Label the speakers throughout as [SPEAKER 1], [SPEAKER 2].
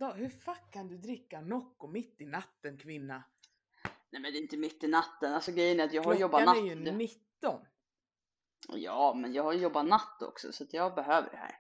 [SPEAKER 1] Alltså, hur fuck kan du dricka Nocco mitt i natten, kvinna?
[SPEAKER 2] Nej, men det är inte mitt i natten. Alltså grejen är att jag har jobbat
[SPEAKER 1] Klockan
[SPEAKER 2] natt.
[SPEAKER 1] är ju 19.
[SPEAKER 2] Ja, men jag har jobbat natt också så att jag behöver det här.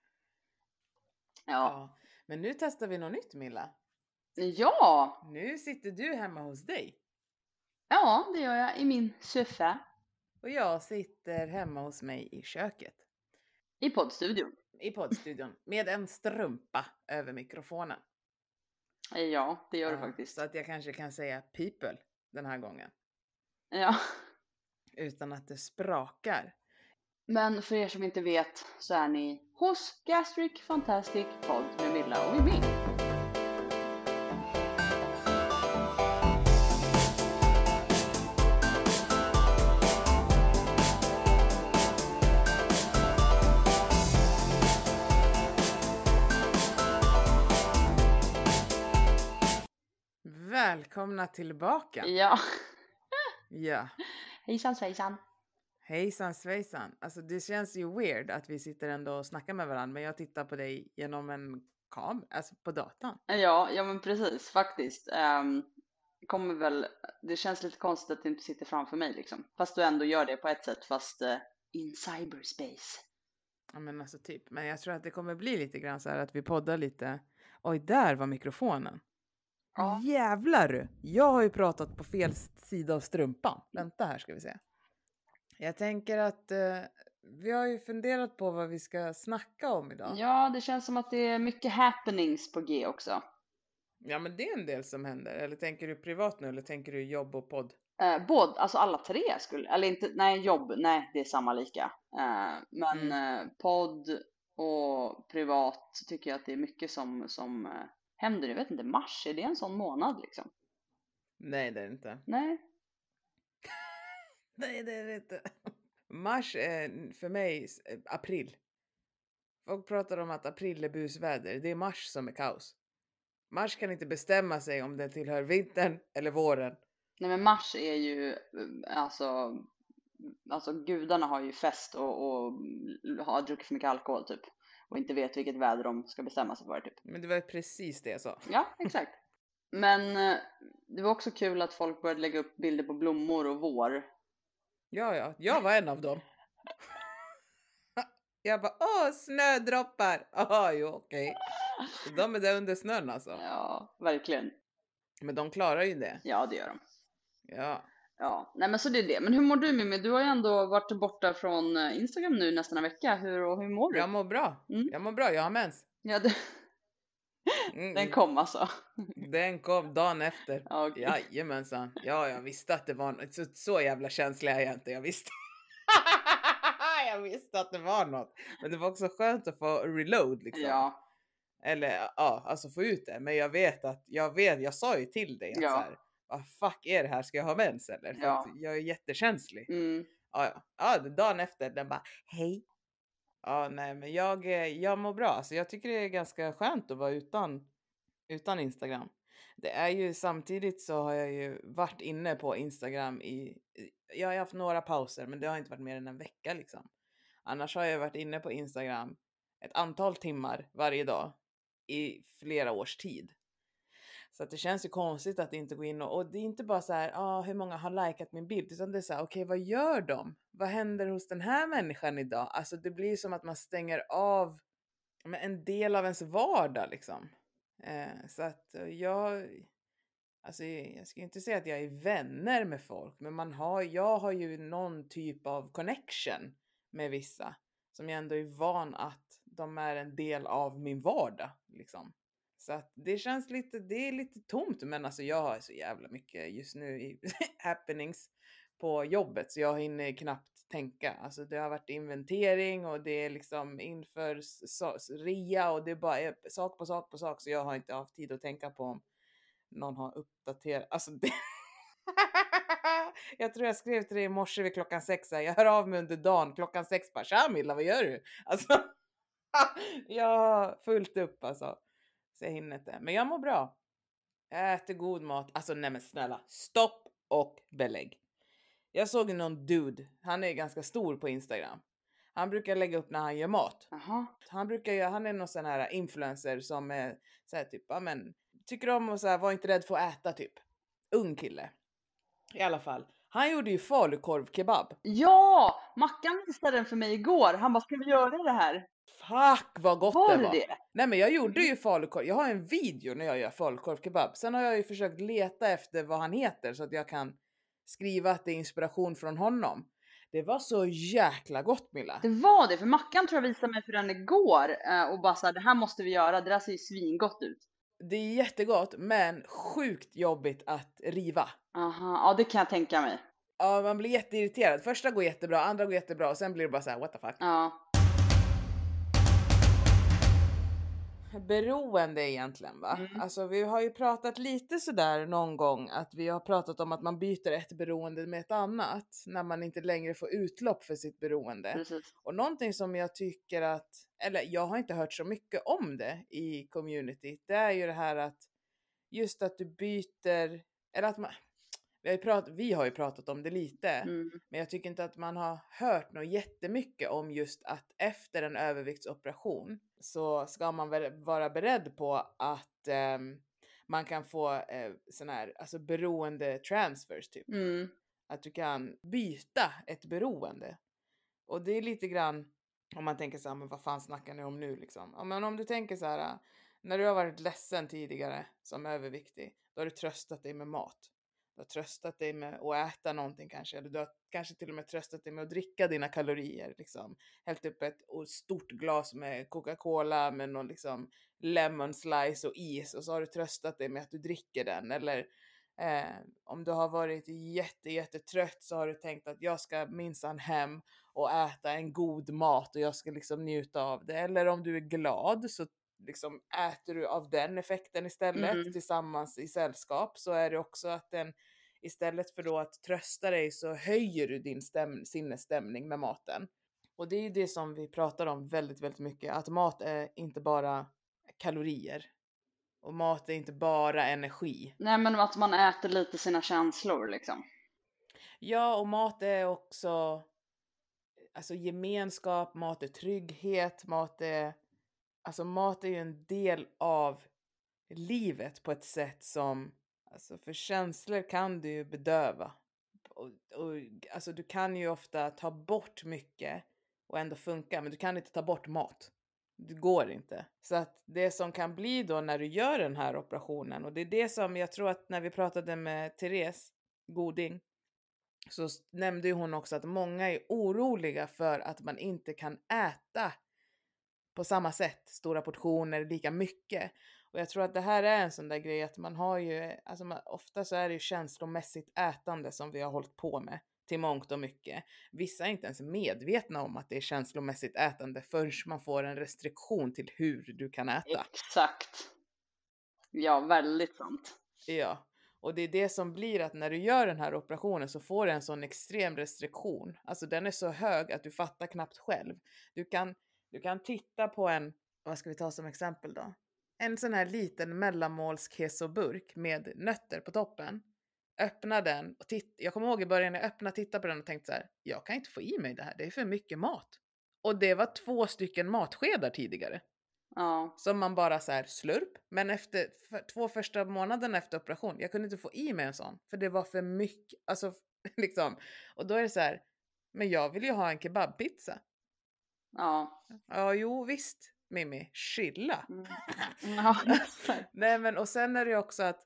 [SPEAKER 2] Ja.
[SPEAKER 1] Men nu testar vi något nytt, Milla.
[SPEAKER 2] Ja,
[SPEAKER 1] Nu sitter du hemma hos dig.
[SPEAKER 2] ja, det gör jag i min soffa
[SPEAKER 1] Och jag sitter hemma hos mig i köket.
[SPEAKER 2] i poddstudion.
[SPEAKER 1] I poddstudion. Med en strumpa över mikrofonen.
[SPEAKER 2] Ja, det gör du faktiskt.
[SPEAKER 1] Så att jag kanske kan säga people den här gången.
[SPEAKER 2] Ja.
[SPEAKER 1] Utan att det sprakar.
[SPEAKER 2] Men för er som inte vet så är ni hos Gastric Fantastic Podd med Milla och Mimmi.
[SPEAKER 1] Välkomna tillbaka.
[SPEAKER 2] Ja.
[SPEAKER 1] Ja.
[SPEAKER 2] Hejsan svejsan.
[SPEAKER 1] Hejsan svejsan. Alltså det känns ju weird att vi sitter ändå och snackar med varandra. Men jag tittar på dig genom en kamera, alltså på datan.
[SPEAKER 2] Ja men precis faktiskt. Kommer väl, det känns lite konstigt att du inte sitter framför mig liksom. Fast du ändå gör det på ett sätt, fast in cyberspace.
[SPEAKER 1] Ja men alltså typ. Men jag tror att det kommer bli lite grann så här att vi poddar lite. Oj, där var mikrofonen.
[SPEAKER 2] Ja.
[SPEAKER 1] Jävlar du. Jag har ju pratat på fel sida av strumpan. Vänta här ska vi se. Jag tänker att vi har ju funderat på vad vi ska snacka om idag.
[SPEAKER 2] Ja, det känns som att det är mycket happenings på G också.
[SPEAKER 1] Ja men det är en del som händer. Eller tänker du privat nu eller tänker du jobb och podd?
[SPEAKER 2] Både, alltså alla tre skulle, eller inte, nej jobb, nej det är samma lika. Men podd och privat tycker jag att det är mycket som händer. Jag vet inte, mars, är det en sån månad liksom?
[SPEAKER 1] Nej det är det inte.
[SPEAKER 2] Nej.
[SPEAKER 1] Nej det är det inte. Mars är för mig april. Folk pratar om att april är busväder. Det är mars som är kaos. Mars kan inte bestämma sig om den tillhör vintern eller våren.
[SPEAKER 2] Nej men mars är ju, alltså gudarna har ju fest och har druckit för mycket alkohol typ. Och inte vet vilket väder de ska bestämma sig för typ.
[SPEAKER 1] Men det var precis det jag sa.
[SPEAKER 2] Ja, exakt. Men det var också kul att folk började lägga upp bilder på blommor och vår.
[SPEAKER 1] Ja, jag var en av dem. Jag bara, snödroppar. Jo, okej. De är där under snön alltså.
[SPEAKER 2] Ja, verkligen.
[SPEAKER 1] Men de klarar ju det.
[SPEAKER 2] Ja, det gör de.
[SPEAKER 1] Ja.
[SPEAKER 2] Ja, nej men så det är det. Men hur mår du Mimmi? Du har ju ändå varit borta från Instagram nu nästan en vecka. Hur mår du?
[SPEAKER 1] Jag mår bra. Jag mår bra, jag har mens.
[SPEAKER 2] Ja, den kom alltså.
[SPEAKER 1] Den kom dagen efter.
[SPEAKER 2] Okay.
[SPEAKER 1] Jajamensan. Ja, jag visste att det var så jävla känslig är jag inte. Jag visste. Jag visste att det var något. Men det var också skönt att få reload liksom.
[SPEAKER 2] Ja.
[SPEAKER 1] Eller alltså få ut det. Men jag sa ju till dig att så här, vad fuck är det här? Ska jag ha mens eller? För att jag är jättekänslig. Ja, dagen efter den bara, hej. Ja, nej men jag mår bra. Så jag tycker det är ganska skönt att vara utan Instagram. Det är ju samtidigt så har jag ju varit inne på Instagram jag har haft några pauser men det har inte varit mer än en vecka liksom. Annars har jag varit inne på Instagram ett antal timmar varje dag i flera års tid. Så att det känns ju konstigt att inte gå in och det är inte bara så här, hur många har likat min bild, utan det är så här, okej, vad gör de? Vad händer hos den här människan idag? Alltså det blir som att man stänger av en del av ens vardag liksom. Så att jag ska inte säga att jag är vänner med folk, men jag har ju någon typ av connection med vissa som jag ändå är van att de är en del av min vardag liksom. Så att det känns det är lite tomt, men alltså jag har så jävla mycket just nu i happenings på jobbet så jag hinner knappt tänka. Alltså det har varit inventering och det är liksom inför rea och det är bara sak på sak så jag har inte haft tid att tänka på om någon har uppdaterat. Alltså det jag tror jag skrev till dig i morse vid klockan 6. Jag hör av mig under dagen klockan 6. Bara, tja Milla, vad gör du? Alltså jag har fullt upp alltså. Så jag hinner inte. Men jag mår bra. Jag äter god mat. Alltså nej men snälla. Stopp och belägg. Jag såg någon dude. Han är ganska stor på Instagram. Han brukar lägga upp när han gör mat.
[SPEAKER 2] Aha.
[SPEAKER 1] Han är någon sån här influencer som är så här typ, ja men tycker om att så här, var inte rädd för att äta typ. Ung kille. I alla fall. Han gjorde ju falukorv kebab.
[SPEAKER 2] Ja, Mackan visade den för mig igår. Han bara, ska vi göra det här?
[SPEAKER 1] Fuck vad gott
[SPEAKER 2] Var
[SPEAKER 1] det var.
[SPEAKER 2] Det?
[SPEAKER 1] Nej men jag gjorde ju falukorv. Jag har en video när jag gör falukorv kebab. Sen har jag ju försökt leta efter vad han heter så att jag kan skriva att det är inspiration från honom. Det var så jäkla gott, Milla.
[SPEAKER 2] Det var det, för Mackan tror jag visade mig för den igår och bara så här, det här måste vi göra, det där ser ju svingott ut.
[SPEAKER 1] Det är jättegott men sjukt jobbigt att riva.
[SPEAKER 2] Aha, ja det kan jag tänka mig.
[SPEAKER 1] Ja, man blir jätteirriterad. Första går jättebra, andra går jättebra och sen blir det bara så här, what the fuck.
[SPEAKER 2] Ja.
[SPEAKER 1] Beroende egentligen va? Alltså vi har ju pratat lite sådär någon gång att vi har pratat om att man byter ett beroende med ett annat när man inte längre får utlopp för sitt beroende.
[SPEAKER 2] Precis.
[SPEAKER 1] Och någonting som jag tycker att, eller jag har inte hört så mycket om det i community, det är ju det här att just att du byter, eller att man, vi har ju pratat om det lite, men jag tycker inte att man har hört något jättemycket om just att efter en överviktsoperation så ska man vara beredd på att man kan få sån här, alltså beroende transfers typ. Att du kan byta ett beroende. Och det är lite grann, om man tänker så här, men vad fan snackar ni om nu liksom? Ja, men om du tänker så här, när du har varit ledsen tidigare som överviktig, då har du tröstat dig med mat. Du har tröstat dig med att äta någonting kanske. Eller du har kanske till och med tröstat dig med att dricka dina kalorier. Liksom. Hällt upp ett stort glas med Coca-Cola med någon liksom lemon slice och is. Och så har du tröstat dig med att du dricker den. Eller om du har varit jättetrött så har du tänkt att jag ska minsann hem och äta en god mat. Och jag ska liksom njuta av det. Eller om du är glad så liksom äter du av den effekten istället tillsammans i sällskap, så är det också att den istället för då att trösta dig så höjer du din sinnesstämning med maten. Och det är ju det som vi pratar om väldigt mycket, att mat är inte bara kalorier och mat är inte bara energi.
[SPEAKER 2] Nej, men att man äter lite sina känslor liksom.
[SPEAKER 1] Ja, och mat är också alltså gemenskap, mat är trygghet, mat är ju en del av livet på ett sätt som, alltså för känslor kan du ju bedöva. Och alltså du kan ju ofta ta bort mycket och ändå funka, men du kan inte ta bort mat. Det går inte. Så att det som kan bli då när du gör den här operationen, och det är det som jag tror att när vi pratade med Therese Goding, så nämnde ju hon också att många är oroliga för att man inte kan äta på samma sätt, stora portioner, lika mycket. Och jag tror att det här är en sån där grej att man har ju, alltså ofta så är det ju känslomässigt ätande som vi har hållit på med till mångt och mycket. Vissa är inte ens medvetna om att det är känslomässigt ätande förrän man får en restriktion till hur du kan äta.
[SPEAKER 2] Exakt. Ja, väldigt sant.
[SPEAKER 1] Ja, och det är det som blir att när du gör den här operationen så får du en sån extrem restriktion. Alltså den är så hög att du fattar knappt själv. Du kan titta på en, vad ska vi ta som exempel då? En sån här liten mellanmålskesoburk med nötter på toppen. Öppna den och jag kommer ihåg i början när jag tittade på den och tänkte så här, jag kan inte få i mig det här, det är för mycket mat. Och det var 2 stycken matskedar tidigare.
[SPEAKER 2] Ja.
[SPEAKER 1] Som man bara så här slurp. Men efter 2 första månaderna efter operation, jag kunde inte få i mig en sån. För det var för mycket, alltså liksom. Och då är det så här, men jag vill ju ha en kebabpizza.
[SPEAKER 2] Ja.
[SPEAKER 1] Ja, jo visst, Mimmi, chilla.
[SPEAKER 2] Ja,
[SPEAKER 1] nej men och sen är det också att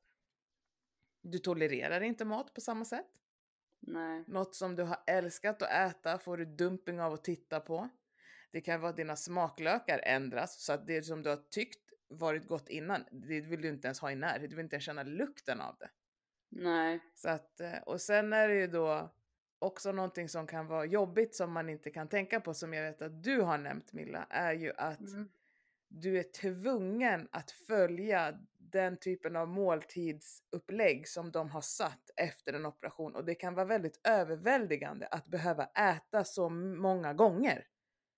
[SPEAKER 1] du tolererar inte mat på samma sätt.
[SPEAKER 2] Nej.
[SPEAKER 1] Något som du har älskat att äta får du dumping av att titta på. Det kan vara att dina smaklökar ändras så att det som du har tyckt varit gott innan, det vill du inte ens ha i närhet. Du vill inte ens känna lukten av det.
[SPEAKER 2] Nej.
[SPEAKER 1] Så att, och sen är det ju då också någonting som kan vara jobbigt som man inte kan tänka på, som jag vet att du har nämnt, Milla, är ju att du är tvungen att följa den typen av måltidsupplägg som de har satt efter en operation. Och det kan vara väldigt överväldigande att behöva äta så många gånger.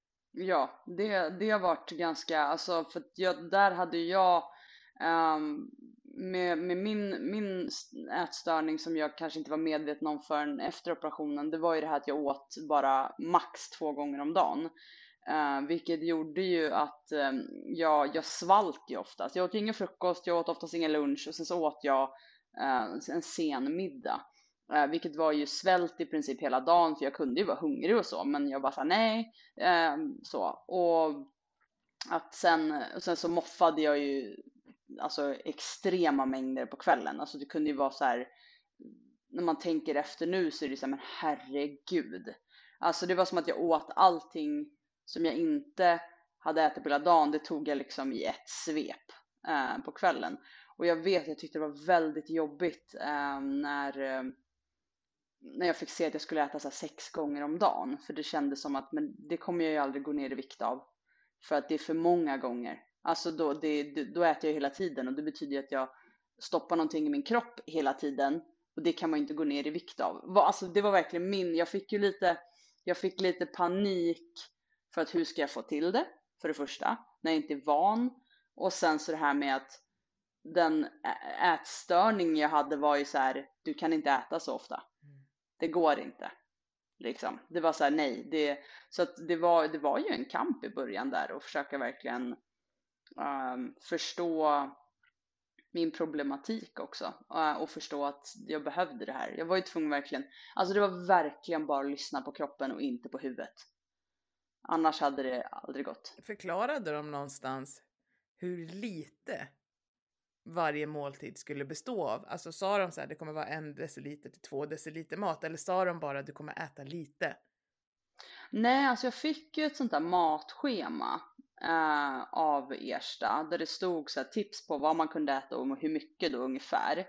[SPEAKER 2] Ja, det har varit ganska, alltså för där hade jag med min ätstörning som jag kanske inte var medveten om förrän efter operationen, det var ju det här att jag åt bara max 2 gånger om dagen. Vilket gjorde ju att jag svalt ju oftast. Jag åt ingen frukost, jag åt oftast ingen lunch och sen så åt jag en sen middag. Vilket var ju svält i princip hela dagen, för jag kunde ju vara hungrig och så, men jag bara sa nej. Så. Och att sen så moffade jag ju alltså extrema mängder på kvällen. Alltså det kunde ju vara så här, när man tänker efter nu så är det så här, men herregud. Alltså det var som att jag åt allting som jag inte hade ätit på hela dagen. Det tog jag liksom i ett svep på kvällen. Och jag tyckte det var väldigt jobbigt när jag fick se att jag skulle äta så här 6 gånger om dagen. För det kändes som att men det kommer jag ju aldrig gå ner i vikt av. För att det är för många gånger. Alltså då äter jag hela tiden. Och det betyder att jag stoppar någonting i min kropp hela tiden. Och det kan man inte gå ner i vikt av. Alltså det var verkligen jag fick lite panik. För att hur ska jag få till det? För det första. När jag inte är van. Och sen så det här med att den ätstörning jag hade var ju så här. Du kan inte äta så ofta. Det går inte. Liksom. Det var så här, nej. Så att det var ju en kamp i början där. Och försöka verkligen förstå min problematik också. Och förstå att jag behövde det här. Jag var ju tvungen verkligen. Alltså det var verkligen bara att lyssna på kroppen och inte på huvudet. Annars hade det aldrig gått.
[SPEAKER 1] Förklarade de någonstans hur lite varje måltid skulle bestå av? Alltså sa de så här, det kommer vara 1 deciliter till 2 deciliter mat? Eller sa de bara att du kommer äta lite?
[SPEAKER 2] Nej, alltså jag fick ju ett sånt där matschema av Ersta. Där det stod så här, tips på vad man kunde äta och hur mycket då ungefär.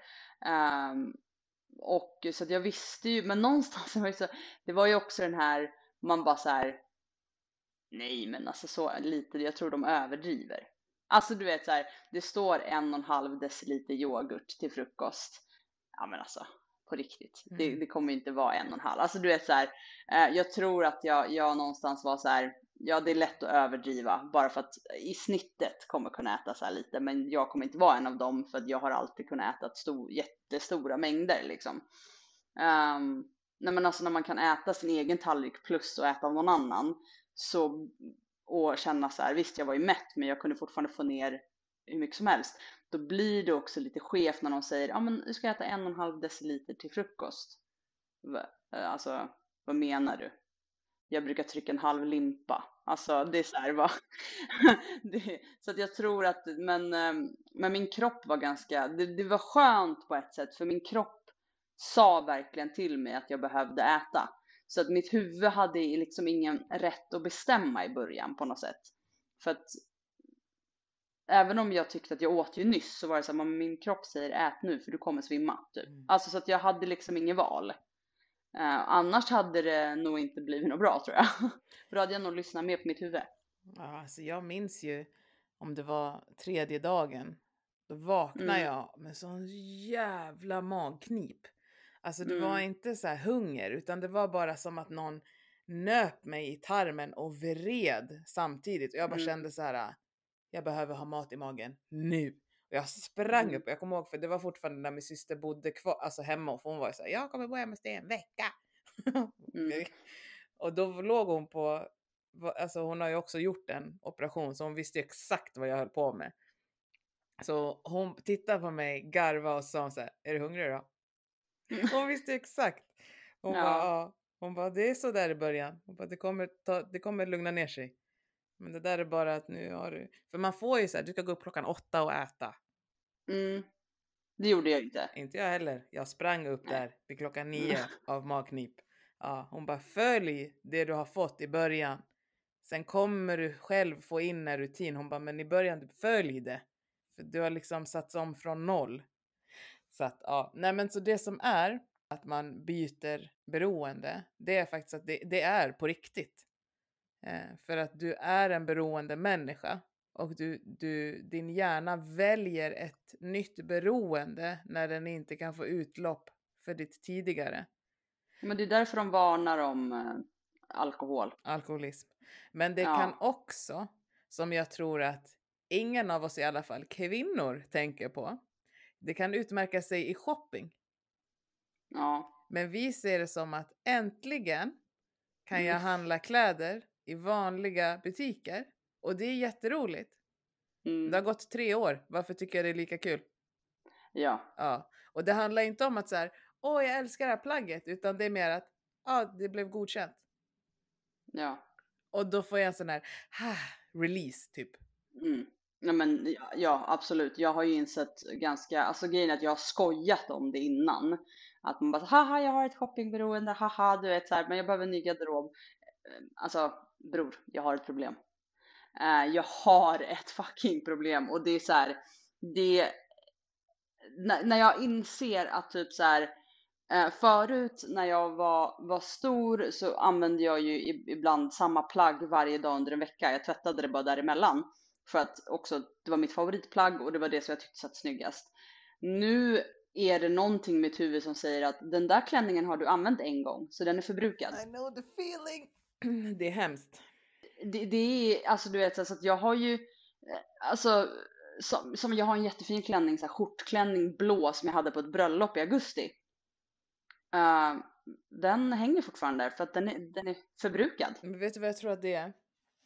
[SPEAKER 2] Och så att jag visste ju, men någonstans det var ju också den här, man bara så här, nej men alltså så lite, jag tror de överdriver. Alltså du vet så här, det står 1,5 deciliter yoghurt till frukost. Ja men alltså, på riktigt. Det kommer ju inte vara 1,5. Alltså du vet så här, jag tror att jag någonstans var så här, ja det är lätt att överdriva. Bara för att i snittet kommer kunna äta så här lite. Men jag kommer inte vara en av dem för att jag har alltid kunnat äta jättestora mängder liksom. Nej men alltså när man kan äta sin egen tallrik plus och äta av någon annan. Så, och känna så här, visst jag var ju mätt men jag kunde fortfarande få ner hur mycket som helst. Då blir det också lite skevt när de säger, ja men du ska äta 1,5 deciliter till frukost. Alltså, vad menar du? Jag brukar trycka en halv limpa. Alltså det är så här, va? Så att jag tror att, men min kropp var ganska, det var skönt på ett sätt. För min kropp sa verkligen till mig att jag behövde äta. Så att mitt huvud hade liksom ingen rätt att bestämma i början på något sätt. För att även om jag tyckte att jag åt ju nyss så var det så här, min kropp säger ät nu för du kommer svimma typ. Alltså så att jag hade liksom ingen val. Annars hade det nog inte blivit något bra tror jag. För då hade jag nog lyssnat mer på mitt huvud.
[SPEAKER 1] Ja, alltså jag minns ju om det var 3:e dagen. Då vaknade jag med sån jävla magknip. Alltså det var inte så här hunger utan det var bara som att någon nöp mig i tarmen och vred samtidigt. Och jag bara kände så här, jag behöver ha mat i magen nu. Och jag sprang upp, jag kommer ihåg för det var fortfarande när min syster bodde kvar, alltså hemma och hon var så här, jag kommer bo hemma hos dig en vecka. Och då låg hon på, alltså hon har ju också gjort en operation så hon visste exakt vad jag höll på med. Så hon tittade på mig, garva och sa så här, är du hungrig då? Hon visste exakt. Hon bara, det är så där i början. Hon bara, det kommer lugna ner sig. Men det där är bara att nu har du... För man får ju så här, du ska gå upp 8:00 och äta.
[SPEAKER 2] Det gjorde jag inte.
[SPEAKER 1] Inte jag heller. Jag sprang upp där vid 9:00 av magknip. Ja, hon bara, följ det du har fått i början. Sen kommer du själv få in en rutin. Hon bara, men i början, följ det. För du har liksom satt om från 0. Så att, ja. Nej men så det som är att man byter beroende. Det är faktiskt att det är på riktigt. För att du är en beroende människa. Och din hjärna väljer ett nytt beroende när den inte kan få utlopp för ditt tidigare.
[SPEAKER 2] Men det är därför de varnar om
[SPEAKER 1] alkoholism. Men det kan också, som jag tror att ingen av oss i alla fall kvinnor tänker på. Det kan utmärka sig i shopping.
[SPEAKER 2] Ja.
[SPEAKER 1] Men vi ser det som att äntligen kan jag handla kläder i vanliga butiker. Och det är jätteroligt. Det har gått 3 år. Varför tycker jag det är lika kul? Ja. Och det handlar inte om att så här, jag älskar det här plagget. Utan det är mer att, det blev godkänt.
[SPEAKER 2] Ja.
[SPEAKER 1] Och då får jag en sån här, release typ.
[SPEAKER 2] Ja, men, ja, absolut. Jag har ju insett ganska, alltså grejen är att jag har skojat om det innan. Att man bara, haha, jag har ett shoppingberoende, haha, du vet så här, men jag behöver en ny garderob. Alltså, bror, jag har ett problem. Jag har ett fucking problem, och det är så här, när jag inser att typ så här, förut när jag var stor så använde jag ju ibland samma plagg varje dag under en vecka. Jag tvättade det bara däremellan. För att också, det var mitt favoritplagg och det var det som jag tyckte satt snyggast. Nu är det någonting i mitt huvud som säger att den där klänningen har du använt en gång, så den är förbrukad.
[SPEAKER 1] I know the feeling. Det är hemskt.
[SPEAKER 2] Det är, alltså du vet, så att jag har ju, alltså som jag har en jättefin klänning, så här, skjortklänning blå som jag hade på ett bröllop i augusti. Den hänger fortfarande där för att den är förbrukad.
[SPEAKER 1] Men vet du vad jag tror att det är?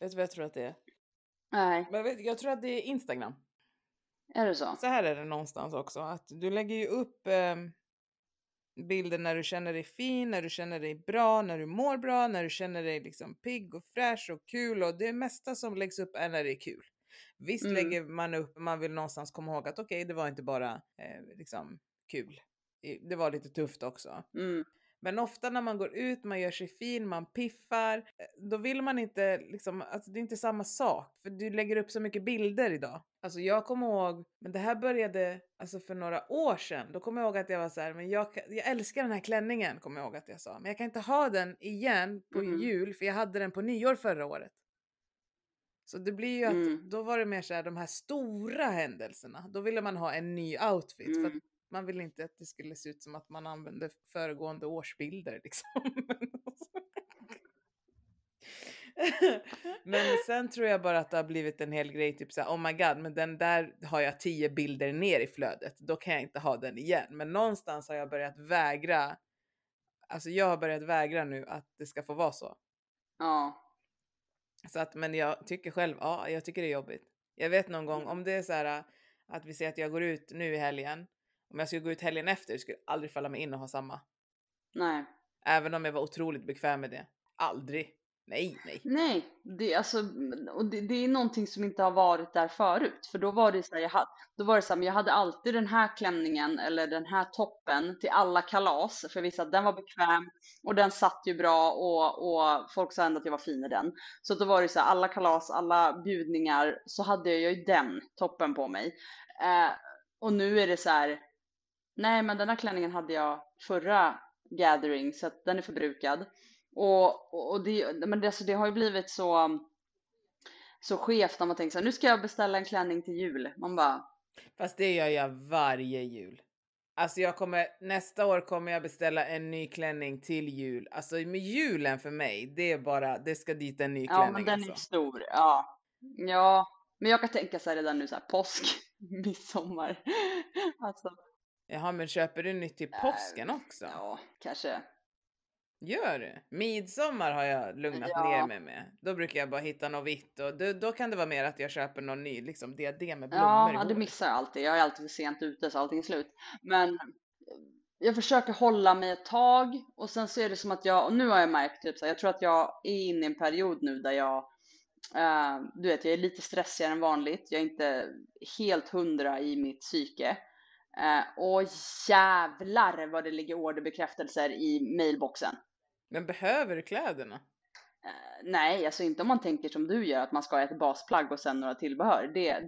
[SPEAKER 2] Nej.
[SPEAKER 1] Men jag tror att det är Instagram.
[SPEAKER 2] Är det så?
[SPEAKER 1] Så här är det någonstans också. Att du lägger ju upp bilder när du känner dig fin, när du känner dig bra, när du mår bra, när du känner dig liksom pigg och fräsch och kul. Och det mesta som läggs upp är när det är kul. Visst lägger man upp, man vill någonstans komma ihåg att okej, det var inte bara liksom kul. Det var lite tufft också. Men ofta när man går ut, man gör sig fin, man piffar, då vill man inte liksom, alltså det är inte samma sak. För du lägger upp så mycket bilder idag. Alltså jag kommer ihåg, men det här började alltså för några år sedan. Då kommer jag ihåg att jag var så här, men jag älskar den här klänningen, kommer jag ihåg att jag sa. Men jag kan inte ha den igen på jul, för jag hade den på nyår förra året. Så det blir ju att, då var det mer så här, de här stora händelserna. Då ville man ha en ny outfit, för att man ville inte att det skulle se ut som att man använde föregående årsbilder liksom. Men sen tror jag bara att det har blivit en hel grej, typ såhär, oh my god, men den där har jag 10 bilder ner i flödet. Då kan jag inte ha den igen. Men någonstans har jag börjat vägra. Alltså jag har börjat vägra nu att det ska få vara så.
[SPEAKER 2] Ja.
[SPEAKER 1] Så att, men jag tycker själv, jag tycker det är jobbigt. Jag vet någon gång, om det är så här att vi säger att jag går ut nu i helgen. Om jag skulle gå ut helgen efter, skulle jag aldrig falla mig in och ha samma.
[SPEAKER 2] Nej.
[SPEAKER 1] Även om jag var otroligt bekväm med det. Aldrig. Nej.
[SPEAKER 2] Nej, det, alltså, och det är någonting som inte har varit där förut. För då var det så här, men jag hade alltid den här klänningen eller den här toppen till alla kalas. För jag visste att den var bekväm och den satt ju bra, och folk sa ändå att jag var fin i den. Så då var det så här, alla kalas, alla bjudningar, så hade jag ju den toppen på mig. Och nu är det så här, nej, men den här klänningen hade jag förra gathering, så att den är förbrukad. Och det har ju blivit så skevt när man tänker så här, nu ska jag beställa en klänning till jul. Man bara...
[SPEAKER 1] Fast det gör jag varje jul. Alltså nästa år kommer jag beställa en ny klänning till jul. Alltså med julen för mig, det är bara, det ska dit en ny klänning.
[SPEAKER 2] Ja, men den
[SPEAKER 1] alltså.
[SPEAKER 2] är stor, ja. Ja, men jag kan tänka så här redan nu, så här påsk, midsommar. Alltså.
[SPEAKER 1] Jaha, men köper du nytt till påsken också?
[SPEAKER 2] Ja, kanske.
[SPEAKER 1] Gör du? Midsommar har jag lugnat ner mig med. Då brukar jag bara hitta något vitt. Och då kan det vara mer att jag köper någon ny liksom, diadem med blommor.
[SPEAKER 2] Ja, det missar jag alltid. Jag är alltid för sent ute så allting är slut. Men jag försöker hålla mig ett tag. Och sen så är det som att och nu har jag märkt typ så här, jag tror att jag är inne i en period nu där jag du vet, jag är lite stressigare än vanligt. Jag är inte helt 100 i mitt psyke. Och jävlar vad det ligger orderbekräftelser i mailboxen. Men
[SPEAKER 1] behöver du kläderna?
[SPEAKER 2] Nej, alltså inte om man tänker som du gör, att man ska ha ett basplagg och sen några tillbehör.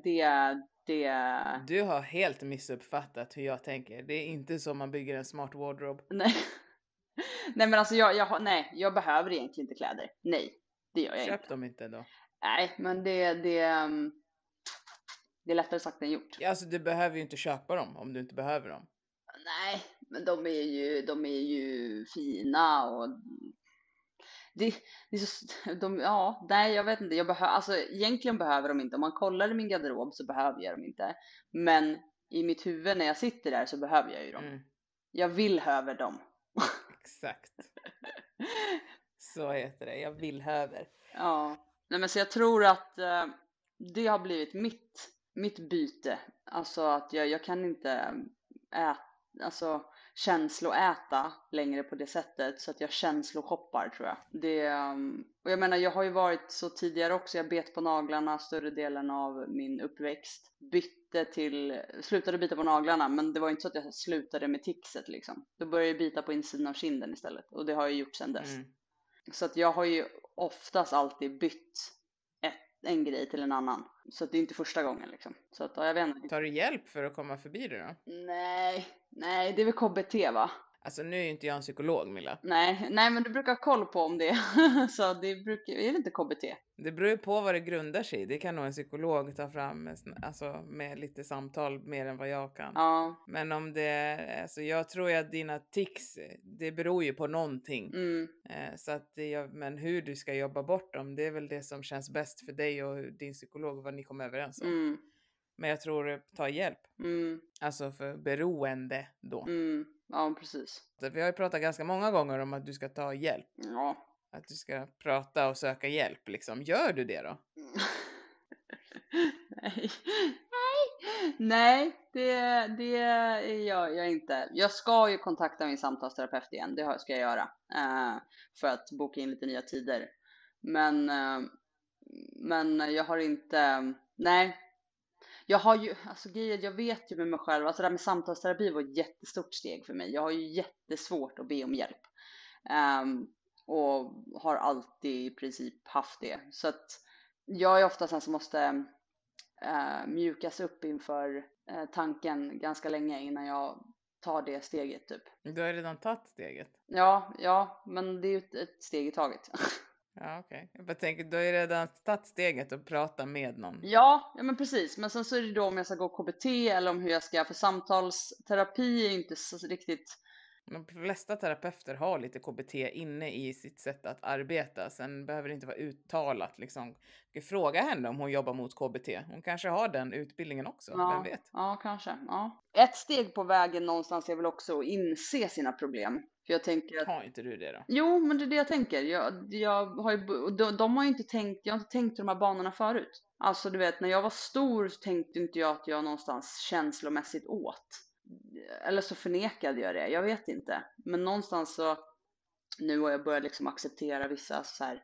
[SPEAKER 1] Du har helt missuppfattat hur jag tänker. Det är inte så man bygger en smart wardrobe.
[SPEAKER 2] Nej, nej, men alltså jag behöver egentligen inte kläder. Nej, det gör jag inte.
[SPEAKER 1] Köp dem inte då.
[SPEAKER 2] Nej, men det är lättare sagt än gjort.
[SPEAKER 1] Ja, alltså du behöver ju inte köpa dem om du inte behöver dem.
[SPEAKER 2] Nej, men de är ju fina, och det är så, nej, jag vet inte. Alltså egentligen behöver de inte. Om man kollar i min garderob så behöver jag dem inte. Men i mitt huvud när jag sitter där så behöver jag ju dem. Jag vill höver dem.
[SPEAKER 1] Exakt. Så heter det, jag vill höver.
[SPEAKER 2] Ja, nej men så jag tror att det har blivit mitt byte. Alltså att jag kan inte känsloäta längre på det sättet, så att jag känsloshoppar, tror jag. Och jag menar, jag har ju varit så tidigare också. Jag bet på naglarna större delen av min uppväxt. Slutade bita på naglarna, men det var inte så att jag slutade med tickset liksom. Då började jag bita på insidan av kinden istället, och det har jag gjort sedan dess. Så att jag har ju oftast alltid bytt en grej till en annan. Så att det är inte första gången liksom. Så att, jag vet inte.
[SPEAKER 1] Tar du hjälp för att komma förbi det då?
[SPEAKER 2] Nej, det är väl KBT va?
[SPEAKER 1] Alltså nu är ju inte jag en psykolog, Milla.
[SPEAKER 2] Nej, men du brukar ha koll på om det. Så det är det inte KBT? Det
[SPEAKER 1] beror ju på vad det grundar sig i. Det kan nog en psykolog ta fram med lite samtal mer än vad jag kan.
[SPEAKER 2] Ja.
[SPEAKER 1] Men om det, alltså jag tror att dina tics, det beror ju på någonting. Så att men hur du ska jobba bort dem, det är väl det som känns bäst för dig och din psykolog, vad ni kommer överens om. Men jag tror ta hjälp. Alltså för beroende då.
[SPEAKER 2] Ja, precis.
[SPEAKER 1] Vi har ju pratat ganska många gånger om att du ska ta hjälp.
[SPEAKER 2] Ja.
[SPEAKER 1] Att du ska prata och söka hjälp liksom. Gör du det då?
[SPEAKER 2] Nej, det gör jag inte. Jag ska ju kontakta min samtalsterapeut igen. Det ska jag göra. För att boka in lite nya tider. Men jag har inte... Nej. Jag har ju, jag vet ju med mig själv, det här med samtalsterapi var ett jättestort steg för mig. Jag har ju jättesvårt att be om hjälp. Och har alltid i princip haft det. Så att jag är ofta sån som måste mjukas upp inför tanken ganska länge innan jag tar det steget typ.
[SPEAKER 1] Du har redan tagit steget?
[SPEAKER 2] Ja, men det är ju ett steg i taget.
[SPEAKER 1] Ja, okej. Jag bara tänker, du har ju redan tagit steget och prata med någon.
[SPEAKER 2] Ja, men precis. Men sen så är det då om jag ska gå KBT eller om hur jag ska, för samtalsterapi är inte så riktigt...
[SPEAKER 1] De flesta terapeuter har lite KBT inne i sitt sätt att arbeta. Sen behöver det inte vara uttalat liksom. Jag ska fråga henne om hon jobbar mot KBT. Hon kanske har den utbildningen också, vem vet?
[SPEAKER 2] Ja, kanske. Ja. Ett steg på vägen någonstans är väl också att inse sina problem. För jag tänker att...
[SPEAKER 1] Har inte du det då?
[SPEAKER 2] Jo, men det är det jag tänker. Jag har ju... De har ju inte tänkt... Jag har inte tänkt de här banorna förut. Alltså du vet, när jag var stor så tänkte inte jag att jag någonstans känslomässigt åt. Eller så förnekade jag det, jag vet inte. Men någonstans så... Nu har jag börjat liksom acceptera vissa så här...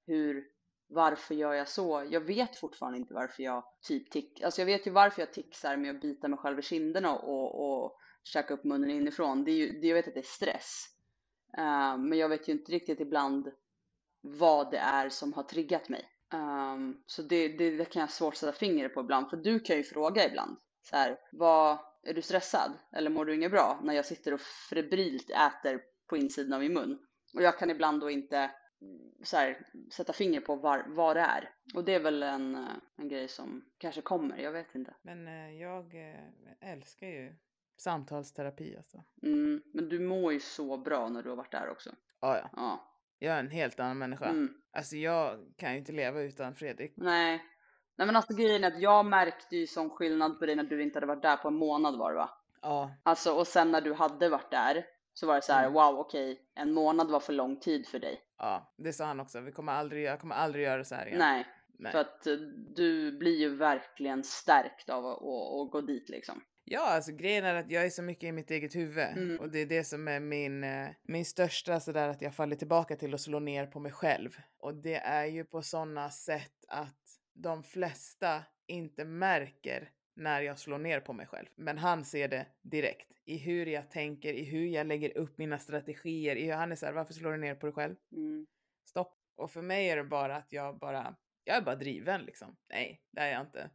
[SPEAKER 2] Varför gör jag så? Jag vet fortfarande inte varför jag Alltså jag vet ju varför jag ticsar med att bita mig själv i kinderna och käka upp munnen inifrån. Jag vet att det är stress. Men jag vet ju inte riktigt ibland vad det är som har triggat mig. Så det kan jag svårt sätta fingret på ibland. För du kan ju fråga ibland. Så här, är du stressad? Eller mår du inget bra? När jag sitter och febrilt äter på insidan av min mun. Och jag kan ibland då inte så här, sätta finger på vad det är. Och det är väl en grej som kanske kommer, jag vet inte.
[SPEAKER 1] Men jag älskar ju samtalsterapi alltså.
[SPEAKER 2] Men du mår ju så bra när du har varit där också.
[SPEAKER 1] Ja. Jag är en helt annan människa. Alltså jag kan ju inte leva utan Fredrik.
[SPEAKER 2] Nej men alltså grejen är att jag märkte ju som skillnad på dig när du inte hade varit där på en månad, var det va?
[SPEAKER 1] Ja.
[SPEAKER 2] Alltså, och sen när du hade varit där så var det så här, wow, okej, en månad var för lång tid för dig.
[SPEAKER 1] Ja, det sa han också. Jag kommer aldrig göra så här igen.
[SPEAKER 2] Nej. För att du blir ju verkligen stärkt av att gå dit liksom.
[SPEAKER 1] Ja, alltså grejen är att jag är så mycket i mitt eget huvud. Och det är det som är min största sådär, att jag faller tillbaka till att slå ner på mig själv. Och det är ju på sådana sätt att de flesta inte märker när jag slår ner på mig själv. Men han ser det direkt. I hur jag tänker, i hur jag lägger upp mina strategier. I hur han är så här, varför slår du ner på dig själv? Stopp. Och för mig är det bara att jag är bara driven liksom. Nej, det är jag inte.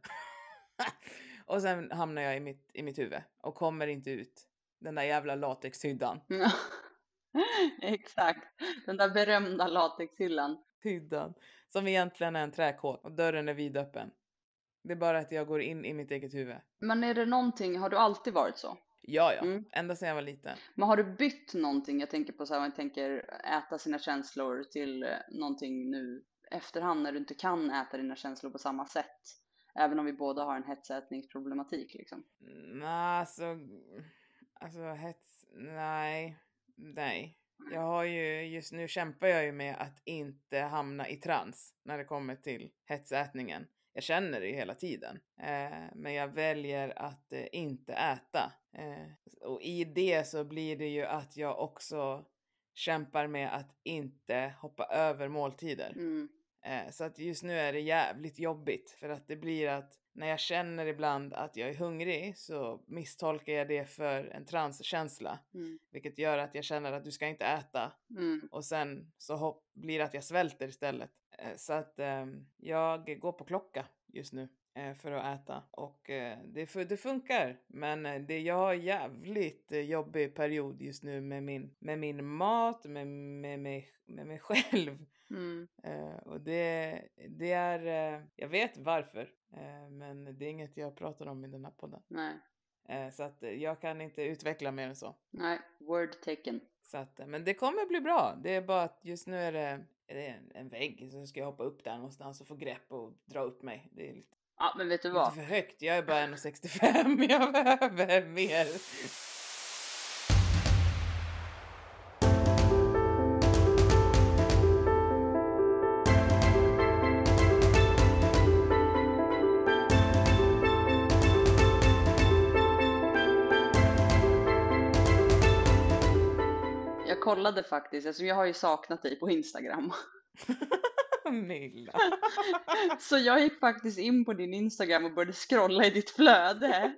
[SPEAKER 1] Och sen hamnar jag i mitt huvud. Och kommer inte ut. Den där jävla latexhyddan.
[SPEAKER 2] Exakt. Den där berömda latexhyllan.
[SPEAKER 1] Hyddan. Som egentligen är en träkåk. Och dörren är vidöppen. Det är bara att jag går in i mitt eget huvud.
[SPEAKER 2] Men är det någonting, har du alltid varit så?
[SPEAKER 1] Ja. Ända sedan jag var liten.
[SPEAKER 2] Men har du bytt någonting? Jag tänker på så här, man tänker äta sina känslor till någonting nu efterhand när du inte kan äta dina känslor på samma sätt. Även om vi båda har en hetsätningsproblematik liksom.
[SPEAKER 1] Alltså hets, nej. Jag har ju, just nu kämpar jag ju med att inte hamna i trans när det kommer till hetsätningen. Jag känner det ju hela tiden. Men jag väljer att inte äta. Och i det så blir det ju att jag också kämpar med att inte hoppa över måltider. Så att just nu är det jävligt jobbigt. För att det blir att när jag känner ibland att jag är hungrig så misstolkar jag det för en transkänsla. Vilket gör att jag känner att du ska inte äta. Och sen så blir det att jag svälter istället. Så att jag går på klocka just nu för att äta. Och det funkar. Men jag har en jävligt jobbig period just nu med min mat, med mig själv. Och det är, jag vet varför. Men det är inget jag pratar om i den här podden.
[SPEAKER 2] Nej.
[SPEAKER 1] Så att jag kan inte utveckla mer än så.
[SPEAKER 2] Nej, word taken.
[SPEAKER 1] Så att, men det kommer bli bra. Det är bara att just nu är det en vägg. Så ska jag hoppa upp där någonstans och få grepp och dra upp mig. Det är lite,
[SPEAKER 2] ja, men vet du vad?
[SPEAKER 1] Lite för högt. Jag är bara 1,65. Jag behöver mer.
[SPEAKER 2] Jag kollade faktiskt, alltså jag har ju saknat dig på Instagram.
[SPEAKER 1] Milla.
[SPEAKER 2] Så jag gick faktiskt in på din Instagram och började scrolla i ditt flöde.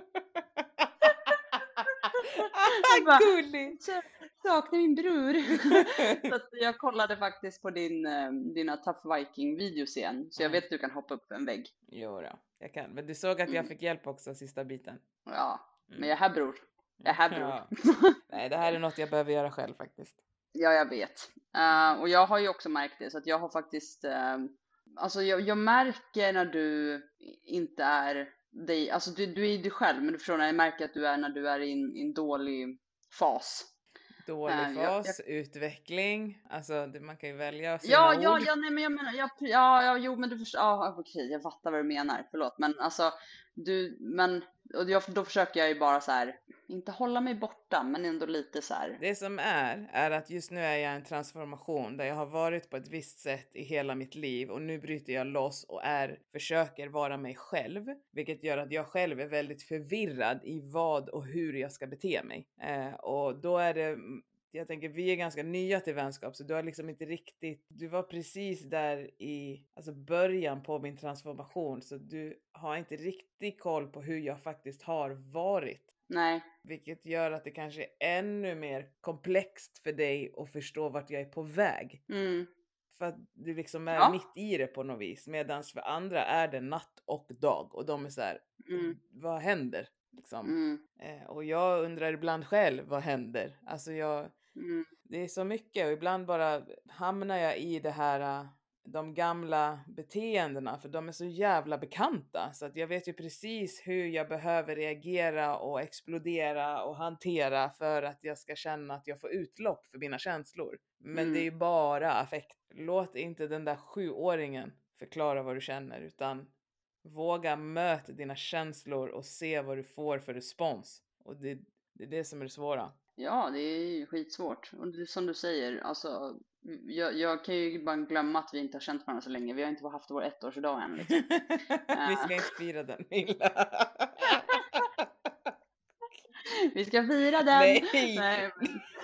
[SPEAKER 1] Gulligt.
[SPEAKER 2] Saknar min bror. Så att jag kollade faktiskt på dina Tough Viking-videos igen. Så jag vet att du kan hoppa upp för en vägg.
[SPEAKER 1] Jo då, jag kan. Men du såg att jag fick hjälp också sista biten.
[SPEAKER 2] Ja, men jag är här bror.
[SPEAKER 1] Ja. Nej, det här är något jag behöver göra själv faktiskt.
[SPEAKER 2] Ja, jag vet. Och jag har ju också märkt det. Så att jag har faktiskt... alltså jag märker när du inte är dig. Alltså du är ju dig själv. Men du förstår när jag märker att du är när du är i en dålig fas.
[SPEAKER 1] Dålig fas, utveckling. Alltså man kan ju välja sina
[SPEAKER 2] ja,
[SPEAKER 1] ord.
[SPEAKER 2] Ja, nej men jag menar... Jo, men du förstår... Ja, okej, jag fattar vad du menar. Förlåt. Men alltså... Då försöker jag ju bara så här, inte hålla mig borta, men ändå lite så här.
[SPEAKER 1] Det som är att just nu är jag i en transformation där jag har varit på ett visst sätt i hela mitt liv och nu bryter jag loss och försöker vara mig själv, vilket gör att jag själv är väldigt förvirrad i vad och hur jag ska bete mig. Och då är det, jag tänker vi är ganska nya till vänskap, så du har liksom inte riktigt, du var precis där i början på min transformation, så du har inte riktigt koll på hur jag faktiskt har varit.
[SPEAKER 2] Nej.
[SPEAKER 1] Vilket gör att det kanske är ännu mer komplext för dig att förstå vart jag är på väg. För att du liksom är mitt i det på något vis, medan för andra är det natt och dag och de är så här, vad händer? Liksom. Och jag undrar ibland själv, vad händer? Alltså det är så mycket och ibland bara hamnar jag i det här, de gamla beteendena, för de är så jävla bekanta, så att jag vet ju precis hur jag behöver reagera och explodera och hantera för att jag ska känna att jag får utlopp för mina känslor. Men det är ju bara affekt. Låt inte den där 7-åringen förklara vad du känner, utan våga möta dina känslor och se vad du får för respons. Och det är det som är det svåra.
[SPEAKER 2] Ja, det är ju skitsvårt. Och det, som du säger, alltså jag kan ju bara glömma att vi inte har känt varandra så länge. Vi har inte haft vår 1-årsdag än liksom.
[SPEAKER 1] Vi ska inte fira den, Milla.
[SPEAKER 2] Vi ska fira den.
[SPEAKER 1] Nej.
[SPEAKER 2] Nej.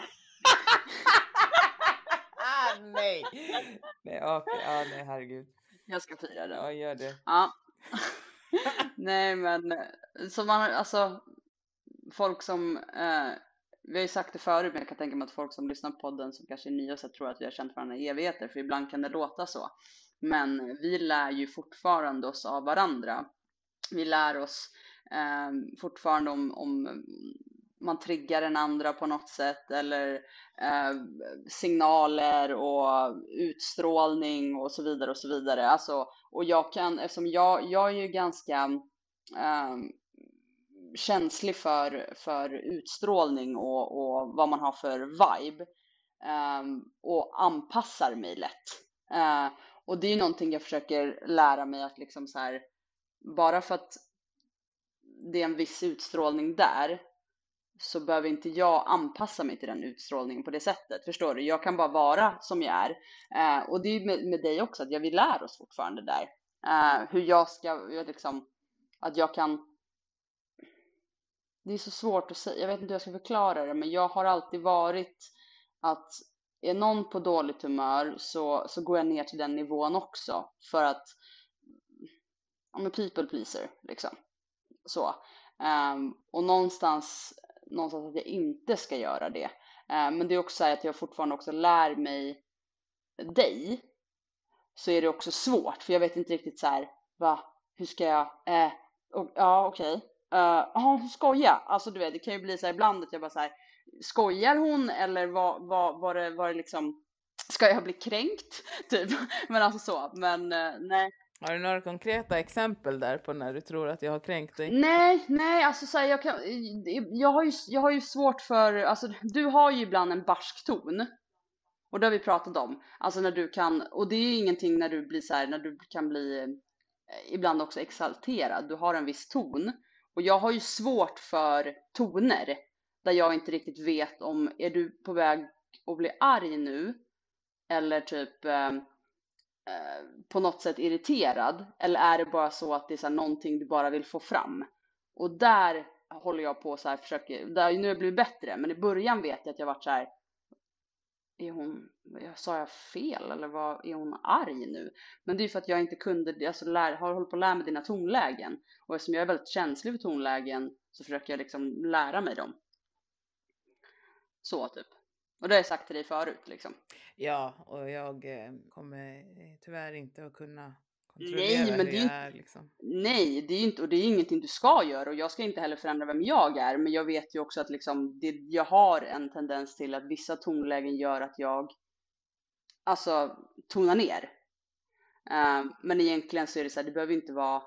[SPEAKER 1] Nej. Nej, okej. Ja, nej, herregud.
[SPEAKER 2] Jag ska fira den.
[SPEAKER 1] Ja, gör det.
[SPEAKER 2] Ja. Nej, men så man, alltså folk som vi har ju sagt det förut, men jag kan tänka mig att folk som lyssnar på podden som kanske är nya så tror att vi har känt varandra i evigheter, för ibland kan det låta så. Men vi lär ju fortfarande oss av varandra. Vi lär oss fortfarande om man triggar den andra på något sätt, eller signaler och utstrålning och så vidare och så vidare. Alltså, och jag kan, eftersom jag är ju ganska känslig för utstrålning och vad man har för vibe, och anpassar mig lätt. Och det är någonting jag försöker lära mig att liksom så här, bara för att det är en viss utstrålning där, så behöver inte jag anpassa mig till den utstrålningen på det sättet. Förstår du? Jag kan bara vara som jag är. Och det är med dig också, att vi lär oss fortfarande där. Hur jag ska, liksom, att jag kan... Det är så svårt att säga, jag vet inte hur jag ska förklara det, men jag har alltid varit att är någon på dåligt humör så går jag ner till den nivån också. För att, I'm a people pleaser, liksom. Så. Och någonstans att jag inte ska göra det. Men det är också så här att jag fortfarande också lär mig dig. Så är det också svårt, för jag vet inte riktigt så här, hur ska jag, ja okej. Skoja. Alltså du vet, det kan ju bli så här ibland att jag bara så här, skojar hon eller var det liksom, ska jag bli kränkt? Typ. Men alltså så, men nej.
[SPEAKER 1] Har du några konkreta exempel där på när du tror att jag har kränkt dig?
[SPEAKER 2] Nej, alltså så här, jag har ju svårt för, alltså du har ju ibland en barsk ton. Och det har vi pratat om. Alltså när du kan, och det är ingenting när du blir så här, när du kan bli ibland också exalterad. Du har en viss ton. Och jag har ju svårt för toner där jag inte riktigt vet om, är du på väg att bli arg nu? Eller typ på något sätt irriterad, eller är det bara så att det är så här någonting du bara vill få fram? Och där håller jag på så här, försöker, där nu har jag blivit bättre, men i början vet jag att jag varit så här, sa jag fel eller är hon arg nu? Men det är för att jag inte kunde, alltså har hållit på att lära mig dina tonlägen, och eftersom jag är väldigt känslig för tonlägen så försöker jag liksom lära mig dem. Så typ. Och det har jag sagt till dig förut liksom.
[SPEAKER 1] Ja, och jag kommer tyvärr inte att kunna kontrollera
[SPEAKER 2] nej, men
[SPEAKER 1] hur jag är liksom.
[SPEAKER 2] Nej, det är inte, och det är ingenting du ska göra, och jag ska inte heller förändra vem jag är, men jag vet ju också att liksom, jag har en tendens till att vissa tonlägen gör att jag alltså tonar ner. Men egentligen så är det så här, det behöver inte vara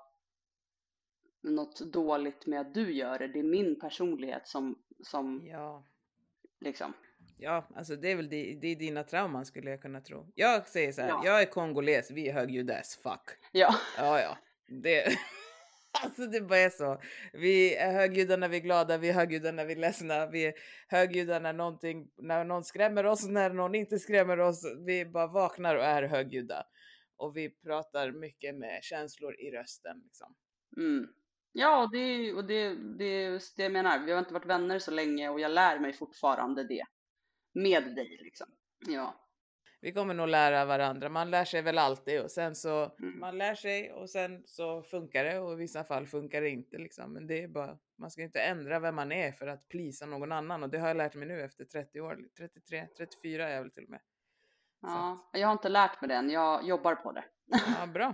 [SPEAKER 2] något dåligt med att du gör det. Det är min personlighet som
[SPEAKER 1] ja.
[SPEAKER 2] liksom.
[SPEAKER 1] Ja, alltså det är väl det är dina trauman skulle jag kunna tro. Jag säger så här, jag är kongoles, vi är högljudda as fuck.
[SPEAKER 2] Ja.
[SPEAKER 1] Ja. Det, alltså det bara är så. Vi är högljudda när vi är glada, vi är högljudda när vi är ledsna, vi är högljudda när någon skrämmer oss, när någon inte skrämmer oss. Vi bara vaknar och är högljudda. Och vi pratar mycket med känslor i rösten liksom.
[SPEAKER 2] Ja, det är det jag menar. Vi har inte varit vänner så länge och jag lär mig fortfarande det med dig liksom. Ja.
[SPEAKER 1] Vi kommer nog lära varandra. Man lär sig väl alltid, och sen så man lär sig och sen så funkar det, och i vissa fall funkar det inte liksom. Men det är bara, man ska inte ändra vem man är för att plisa någon annan, och det har jag lärt mig nu efter 30 år, 33, 34 är jag väl till och med.
[SPEAKER 2] Ja, jag har inte lärt mig den. Jag jobbar på det.
[SPEAKER 1] Ja, bra.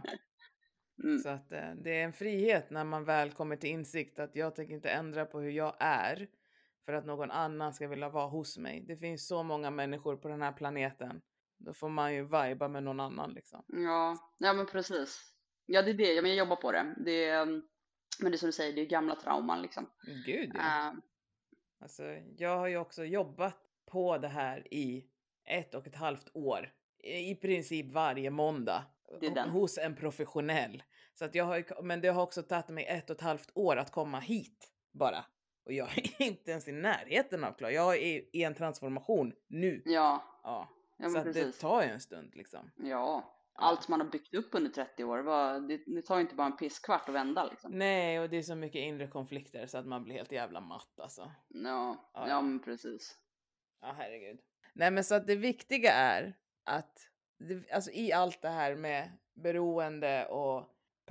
[SPEAKER 1] Så att det är en frihet när man väl kommer till insikt att jag tänker inte ändra på hur jag är för att någon annan ska vilja vara hos mig. Det finns så många människor på den här planeten. Då får man ju viba med någon annan liksom.
[SPEAKER 2] Ja men precis. Ja, det är det. Jag jobbar på det. Men det är som du säger, det är gamla trauman liksom.
[SPEAKER 1] Gud ja. Alltså, jag har ju också jobbat på det här i 1,5 år. I princip varje måndag. Hos en professionell. Så att men det har också tagit mig 1,5 år att komma hit bara. Och jag är inte ens i närheten av klar. Jag är i en transformation nu.
[SPEAKER 2] Ja
[SPEAKER 1] så att det tar ju en stund liksom.
[SPEAKER 2] Ja. Allt man har byggt upp under 30 år, det tar ju inte bara en pisskvart att vända liksom.
[SPEAKER 1] Nej, och det är så mycket inre konflikter så att man blir helt jävla matt alltså.
[SPEAKER 2] Ja men precis.
[SPEAKER 1] Ja, herregud. Nej, men så att det viktiga är att alltså i allt det här med beroende och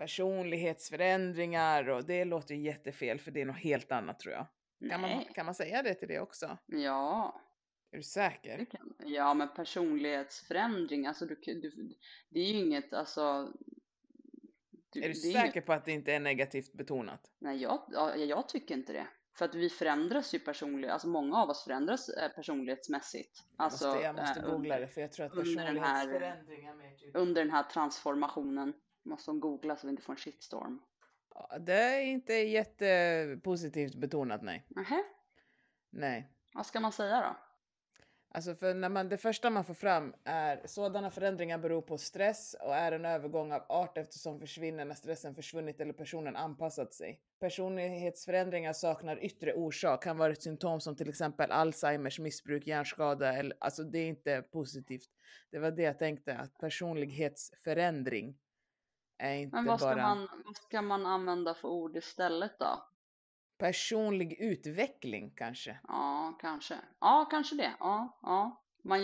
[SPEAKER 1] personlighetsförändringar, och det låter ju jättefel för det är något helt annat tror jag. Kan man säga det till det också?
[SPEAKER 2] Ja.
[SPEAKER 1] Är du säker?
[SPEAKER 2] Ja, men personlighetsförändring, alltså det är ju inget, alltså...
[SPEAKER 1] Är du säker på att det inte är negativt betonat?
[SPEAKER 2] Nej, jag tycker inte det. För att vi förändras ju personligt, alltså många av oss förändras personlighetsmässigt.
[SPEAKER 1] Jag måste googla det, för jag tror att personlighetsförändring är mer typ...
[SPEAKER 2] Under den här transformationen måste de googla så vi inte får en shitstorm.
[SPEAKER 1] Ja, det är inte jättepositivt betonat, nej.
[SPEAKER 2] Nej.
[SPEAKER 1] Nej.
[SPEAKER 2] Vad ska man säga då?
[SPEAKER 1] Alltså för det första man får fram är sådana förändringar beror på stress och är en övergång av art eftersom försvinner när stressen försvunnit eller personen anpassat sig. Personlighetsförändringar saknar yttre orsak, kan vara ett symptom som till exempel Alzheimers, missbruk, hjärnskada eller alltså det är inte positivt. Det var det jag tänkte, att personlighetsförändring är inte
[SPEAKER 2] Men vad ska man använda för ord istället då?
[SPEAKER 1] Personlig utveckling kanske.
[SPEAKER 2] Ja, kanske. Ja, kanske det. Ja.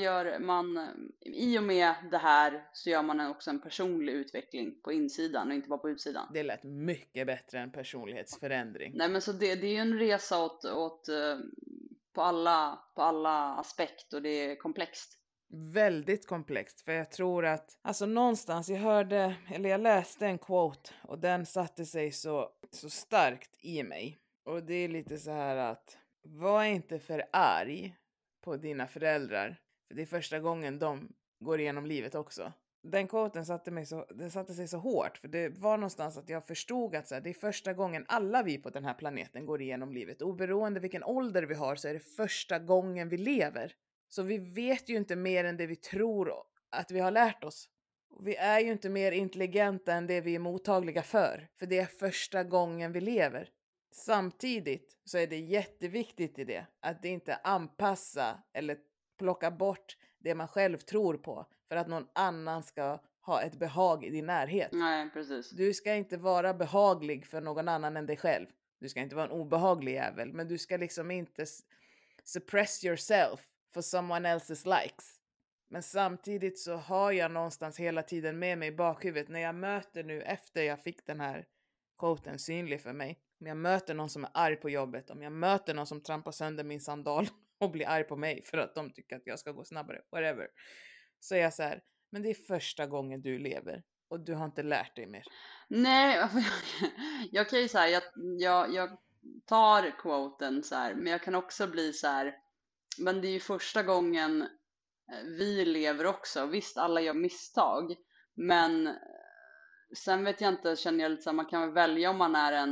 [SPEAKER 2] I och med det här så gör man också en personlig utveckling på insidan och inte bara på utsidan.
[SPEAKER 1] Det lät mycket bättre än personlighetsförändring.
[SPEAKER 2] Nej, men så det är ju en resa på alla aspekt och det är komplext.
[SPEAKER 1] Väldigt komplext, för jag tror att alltså någonstans jag läste en quote och den satte sig så starkt i mig. Och det är lite så här att var inte för arg på dina föräldrar, för det är första gången de går igenom livet också. Den quoten satte sig så hårt, för det var någonstans att jag förstod att så här, det är första gången alla vi på den här planeten går igenom livet. Oberoende vilken ålder vi har så är det första gången vi lever. Så vi vet ju inte mer än det vi tror att vi har lärt oss. Vi är ju inte mer intelligenta än det vi är mottagliga för det är första gången vi lever. Samtidigt så är det jätteviktigt i det att det inte anpassa eller plocka bort det man själv tror på för att någon annan ska ha ett behag i din närhet.
[SPEAKER 2] Nej, precis.
[SPEAKER 1] Du ska inte vara behaglig för någon annan än dig själv. Du ska inte vara en obehaglig jävel, men du ska liksom inte suppress yourself for someone else's likes. Men samtidigt så har jag någonstans hela tiden med mig i bakhuvudet när jag möter nu efter jag fick den här quoten synlig för mig. Om jag möter någon som är arg på jobbet, om jag möter någon som trampar sönder min sandal och blir arg på mig för att de tycker att jag ska gå snabbare, whatever. Så är jag så här, men det är första gången du lever och du har inte lärt dig mer.
[SPEAKER 2] Nej, jag kan ju så här, jag tar quoten så här, men jag kan också bli så här, men det är ju första gången vi lever också. Visst, alla gör misstag, men sen vet jag inte, känner jag lite så här, man kan väl välja om man är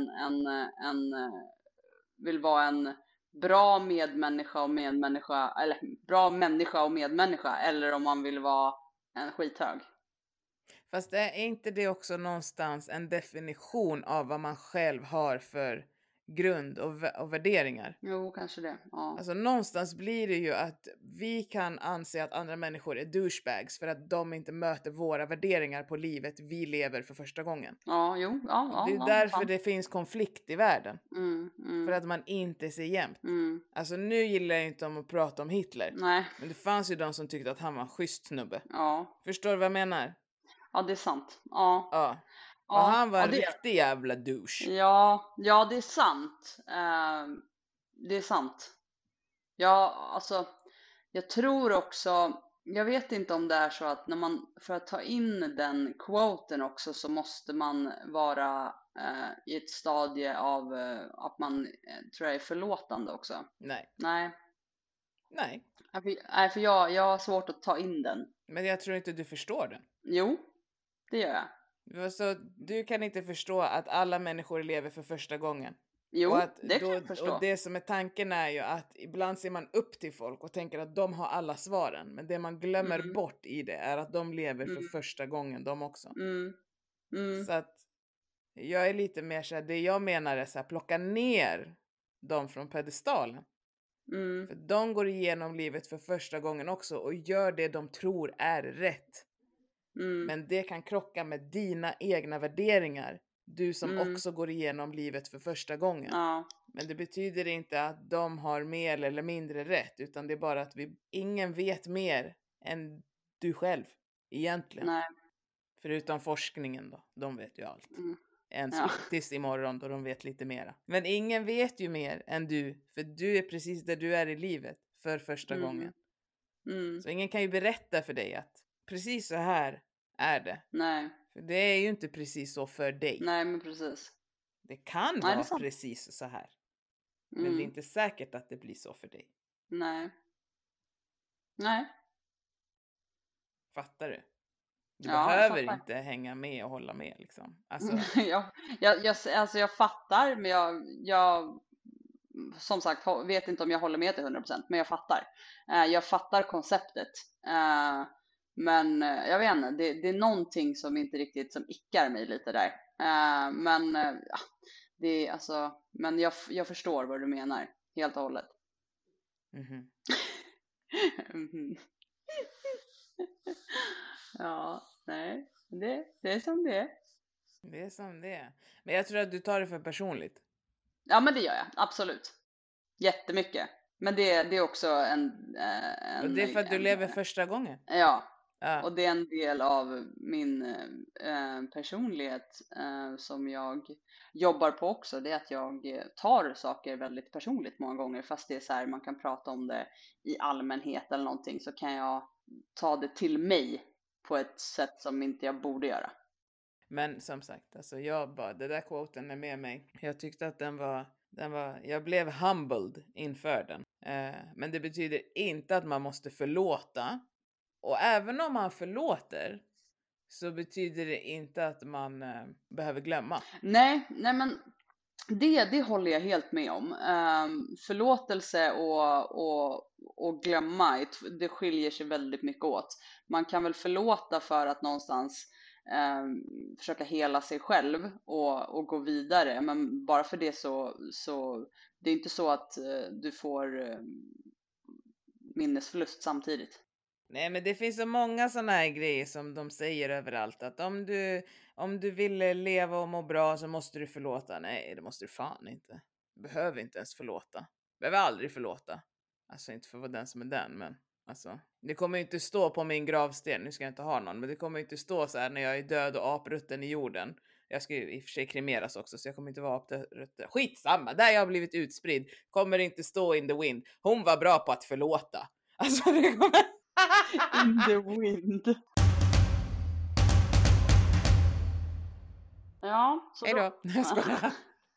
[SPEAKER 2] vill vara en bra medmänniska och medmänniska, eller bra människa och medmänniska, eller om man vill vara en skithög.
[SPEAKER 1] Fast är inte det också någonstans en definition av vad man själv har för grund och värderingar?
[SPEAKER 2] Jo, kanske det. Ja.
[SPEAKER 1] Alltså någonstans blir det ju att vi kan anse att andra människor är douchebags för att de inte möter våra värderingar på livet vi lever för första gången.
[SPEAKER 2] Ja, jo. Ja,
[SPEAKER 1] det är därför det finns konflikt i världen. För att man inte ser jämnt. Alltså nu gillar jag inte att prata om Hitler.
[SPEAKER 2] Nej.
[SPEAKER 1] Men det fanns ju de som tyckte att han var en schysst snubbe.
[SPEAKER 2] Ja.
[SPEAKER 1] Förstår du vad jag menar?
[SPEAKER 2] Ja, det är sant. Ja.
[SPEAKER 1] Och han var en riktig jävla douche.
[SPEAKER 2] Ja, det är sant. Det är sant. Ja, alltså, jag tror också, jag vet inte om det är så att för att ta in den quoten också så måste man vara i ett stadie av att man tror jag är förlåtande också. Nej. För jag har svårt att ta in den.
[SPEAKER 1] Men jag tror inte du förstår den.
[SPEAKER 2] Jo, det gör jag.
[SPEAKER 1] Så du kan inte förstå att alla människor lever för första gången.
[SPEAKER 2] Jo, det kan jag förstå.
[SPEAKER 1] Och det som är tanken är ju att ibland ser man upp till folk och tänker att de har alla svaren. Men det man glömmer bort i det är att de lever för första gången de också. Så att jag är lite mer så här, det jag menar är så här, plocka ner dem från pedestalen. För de går igenom livet för första gången också och gör det de tror är rätt. Men det kan krocka med dina egna värderingar. Du som också går igenom livet för första gången.
[SPEAKER 2] Ja.
[SPEAKER 1] Men det betyder inte att de har mer eller mindre rätt. Utan det är bara att ingen vet mer än du själv. Egentligen.
[SPEAKER 2] Nej.
[SPEAKER 1] Förutom forskningen då. De vet ju allt. Tills imorgon då de vet lite mera. Men ingen vet ju mer än du. För du är precis där du är i livet. För första gången. Så ingen kan ju berätta för dig att precis så här är det.
[SPEAKER 2] Nej.
[SPEAKER 1] För det är ju inte precis så för dig.
[SPEAKER 2] Nej, men precis.
[SPEAKER 1] Det kan vara precis så här. Men det är inte säkert att det blir så för dig.
[SPEAKER 2] Nej.
[SPEAKER 1] Fattar du? Du behöver inte hänga med och hålla med liksom. Alltså.
[SPEAKER 2] Jag fattar, men som sagt, vet inte om jag håller med till 100%, men jag fattar. Jag fattar konceptet. Men jag vet inte, det är någonting som inte riktigt som ickar mig lite där. Men det är alltså, men jag förstår vad du menar helt och hållet. Ja, nej, det är som det är.
[SPEAKER 1] Det är som det är. Men jag tror att du tar det för personligt.
[SPEAKER 2] Ja, men det gör jag, absolut. Jättemycket. Men det är också en
[SPEAKER 1] och det är för att du lever första gången.
[SPEAKER 2] Ja. Och det är en del av min personlighet som jag jobbar på också. Det är att jag tar saker väldigt personligt många gånger. Fast det är så här, man kan prata om det i allmänhet eller någonting, så kan jag ta det till mig på ett sätt som inte jag borde göra.
[SPEAKER 1] Men som sagt, alltså det där quoten är med mig. Jag tyckte att den var, jag blev humbled inför den. Men det betyder inte att man måste förlåta. Och även om man förlåter, så betyder det inte att man behöver glömma.
[SPEAKER 2] Nej, men det håller jag helt med om. Förlåtelse och glömma, det skiljer sig väldigt mycket åt. Man kan väl förlåta för att någonstans försöka hela sig själv och gå vidare, men bara för det så det är inte så att du får minnesförlust samtidigt.
[SPEAKER 1] Nej, men det finns så många sådana här grejer som de säger överallt, att om du vill leva och må bra så måste du förlåta. Nej, det måste du fan inte. Du behöver inte ens förlåta. Du behöver aldrig förlåta. Alltså inte för den som är den, men alltså, det kommer inte stå på min gravsten, nu ska jag inte ha någon, men det kommer inte stå så här när jag är död och aprutten i jorden. Jag ska ju i och för sig kremeras också, så jag kommer inte vara aprutten. Skitsamma, där jag har blivit utspridd kommer det inte stå in the wind. Hon var bra på att förlåta. Alltså det kommer...
[SPEAKER 2] In the wind. Ja, så
[SPEAKER 1] hejdå. Jag skojar.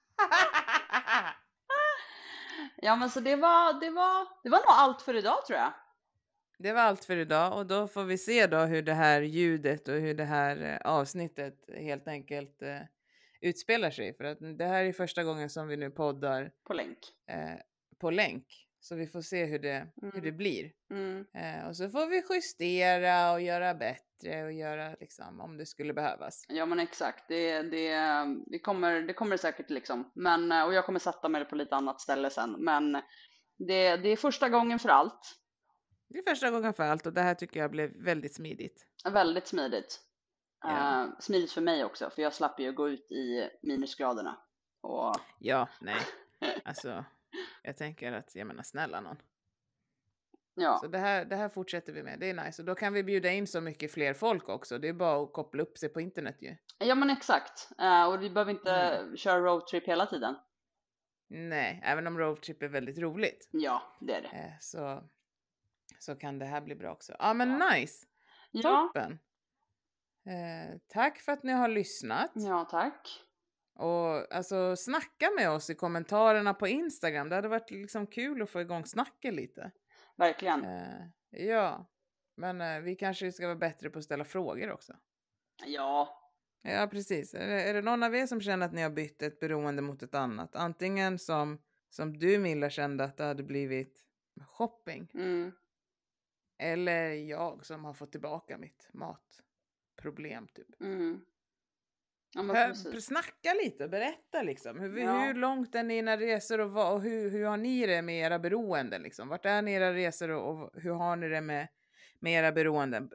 [SPEAKER 2] Ja, men så det var nog allt för idag, tror jag.
[SPEAKER 1] Det var allt för idag, och då får vi se då hur det här ljudet och hur det här avsnittet helt enkelt utspelar sig. För att det här är första gången som vi nu poddar på länk. Så vi får se hur det blir. Och så får vi justera och göra bättre och göra liksom om det skulle behövas.
[SPEAKER 2] Ja, men exakt. Det kommer säkert liksom. Men, och jag kommer sätta mig på lite annat ställe sen. Men det är första gången för allt.
[SPEAKER 1] Det är första gången för allt, och det här tycker jag blev väldigt smidigt.
[SPEAKER 2] Väldigt smidigt. Ja. Smidigt för mig också, för jag slapp ju gå ut i minusgraderna. Och...
[SPEAKER 1] Ja, nej. Alltså, jag tänker att, jag menar, snälla någon.
[SPEAKER 2] Ja.
[SPEAKER 1] Så det här fortsätter vi med, det är nice. Och då kan vi bjuda in så mycket fler folk också. Det är bara att koppla upp sig på internet ju. Ja,
[SPEAKER 2] men exakt. Och vi behöver inte köra roadtrip hela tiden.
[SPEAKER 1] Nej, även om roadtrip är väldigt roligt.
[SPEAKER 2] Ja, det är det.
[SPEAKER 1] Så kan det här bli bra också. Ja, men nice. Ja. Toppen. Tack för att ni har lyssnat.
[SPEAKER 2] Ja, tack.
[SPEAKER 1] Och alltså snacka med oss i kommentarerna på Instagram. Det hade varit liksom kul att få igång snacket lite.
[SPEAKER 2] Verkligen.
[SPEAKER 1] Ja, men vi kanske ska vara bättre på att ställa frågor också.
[SPEAKER 2] Ja.
[SPEAKER 1] Ja, precis. Är det någon av er som känner att ni har bytt ett beroende mot ett annat? Antingen som du, Milla, kände att det hade blivit shopping. Eller jag som har fått tillbaka mitt matproblem typ. Ja, snacka lite, berätta liksom. Hur långt är ni era resor och hur har ni det med era beroenden liksom? Vart är ni era resor och hur har ni det med era beroenden?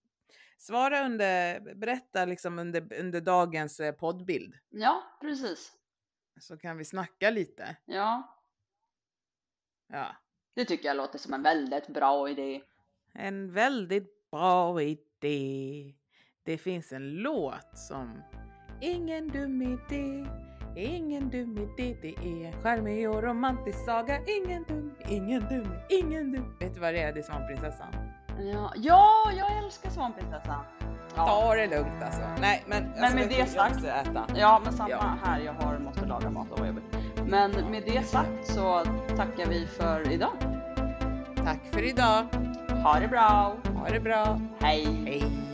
[SPEAKER 1] Berätta liksom under dagens poddbild.
[SPEAKER 2] Ja, precis.
[SPEAKER 1] Så kan vi snacka lite.
[SPEAKER 2] Ja.
[SPEAKER 1] Ja.
[SPEAKER 2] Det tycker jag låter som en väldigt bra idé.
[SPEAKER 1] En väldigt bra idé. Det finns en låt som ingen dum idé. Det är en charmig och romantisk saga. Ingen dum. Vet du vad det är? Det är Svanprinsessan.
[SPEAKER 2] Ja, jag älskar Svanprinsessan. Ja.
[SPEAKER 1] Ta det lugnt alltså. Nej, men
[SPEAKER 2] med det sagt. Ja, men samma här. Jag måste laga mat och jobbigt. Men med det sagt så tackar vi för idag.
[SPEAKER 1] Tack för idag.
[SPEAKER 2] Ha det bra.
[SPEAKER 1] Ha det bra.
[SPEAKER 2] Hej.
[SPEAKER 1] Hej.